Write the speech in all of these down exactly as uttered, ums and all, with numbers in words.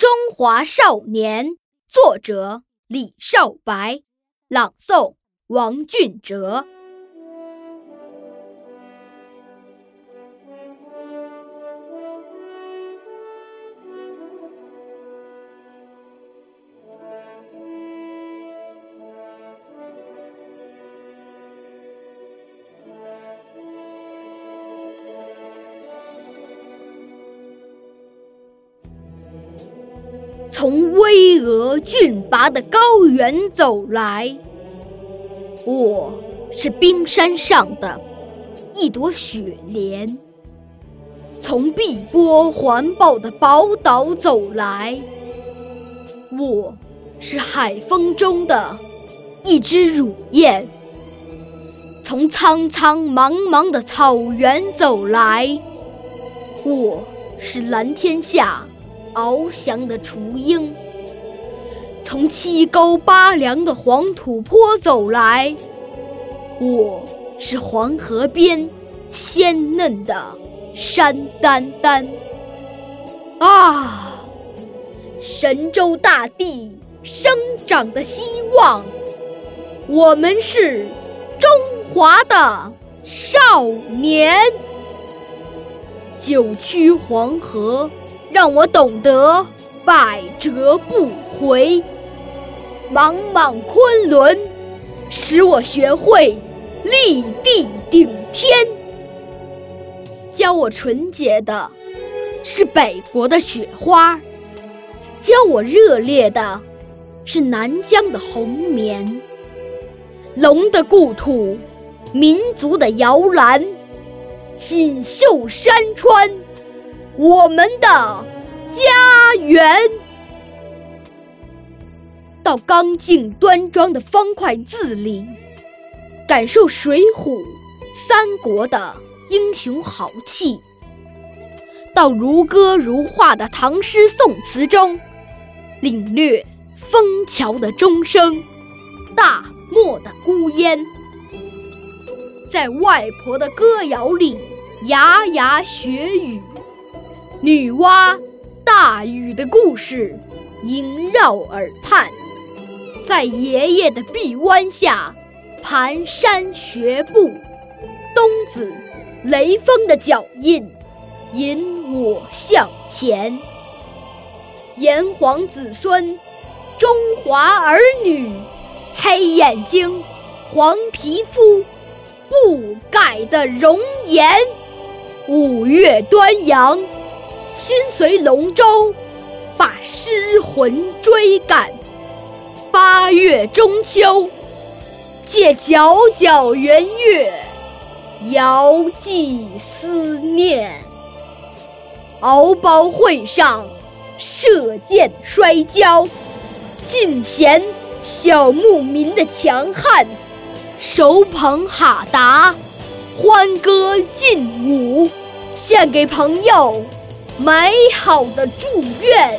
中华少年》，作者李少白，朗诵王俊哲。从巍峨峻拔的高原走来，我是冰山上的一朵雪莲；从碧波环抱的宝岛走来，我是海风中的一只乳燕；从苍苍茫茫的草原走来，我是蓝天下翱翔的雏鹰；从七沟八梁的黄土坡走来，我是黄河边鲜嫩的山丹丹。啊，神州大地生长的希望，我们是中华的少年。九曲黄河让我懂得百折不回，莽莽昆仑使我学会立地顶天。教我纯洁的是北国的雪花，教我热烈的是南疆的红棉。龙的故土，民族的摇篮，锦绣山川，我们的家园。到刚劲端庄的方块字里，感受水浒、三国的英雄豪气；到如歌如画的唐诗宋词中，领略枫桥的钟声、大漠的孤烟；在外婆的歌谣里牙牙学语，女娲大禹的故事萦绕耳畔；在爷爷的臂弯下蹒跚学步，东子雷锋的脚印引我向前。炎黄子孙，中华儿女，黑眼睛，黄皮肤，不改的容颜。五月端阳，心随龙舟，把诗魂追赶；八月中秋，借皎皎圆月，遥寄思念。敖包会上，射箭摔跤，尽显小牧民的强悍；手捧哈达，欢歌劲舞，献给朋友美好的祝愿。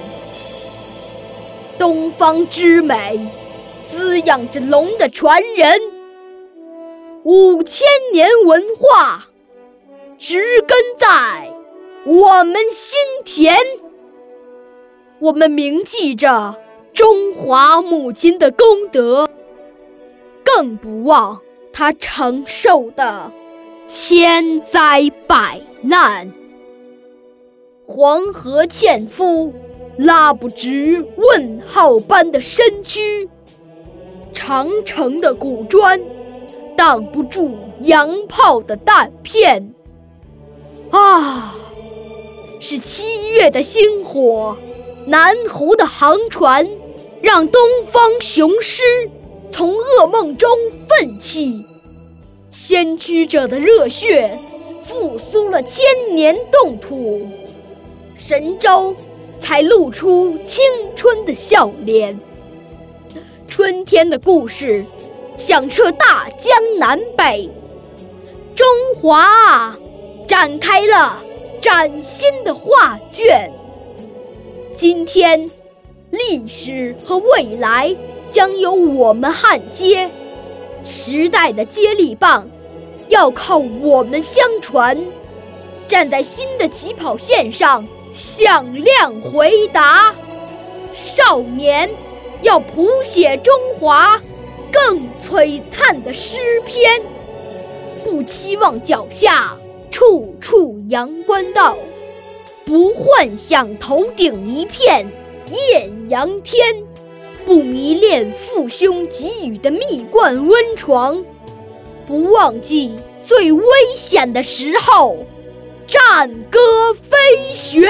东方之美，滋养着龙的传人，五千年文化植根在我们心田。我们铭记着中华母亲的功德，更不忘她承受的千灾百难。黄河纤夫拉不直问号般的身躯，长城的古砖挡不住洋炮的弹片。啊，是七月的星火，南湖的航船，让东方雄狮从噩梦中奋起。先驱者的热血复苏了千年冻土，神州才露出青春的笑脸。春天的故事响彻大江南北，中华啊，展开了崭新的画卷。今天，历史和未来将由我们焊接，时代的接力棒要靠我们相传，站在新的起跑线上响亮回答。 少年要谱写中华更璀璨的诗篇，不期望脚下处处阳关道，不幻想头顶一片艳阳天，不迷恋父兄给予的蜜罐温床，不忘记最危险的时候战歌飞旋。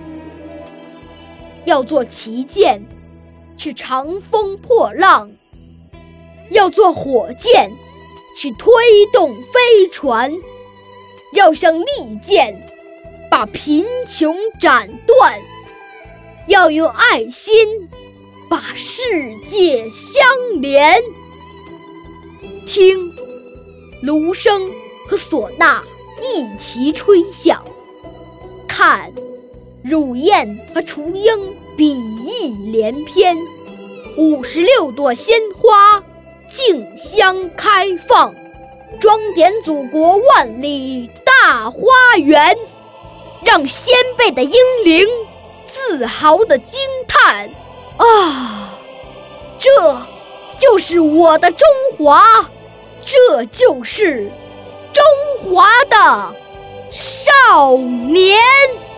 要做旗舰去长风破浪，要做火箭去推动飞船，要像利剑把贫穷斩断，要用爱心把世界相连。听芦笙和唢呐一齐吹响，看乳燕和雏鹰比翼连翩，五十六朵鲜花竞相开放，装点祖国万里大花园，让先辈的英灵自豪地惊叹：啊，这就是我的中华，这就是中华的少年。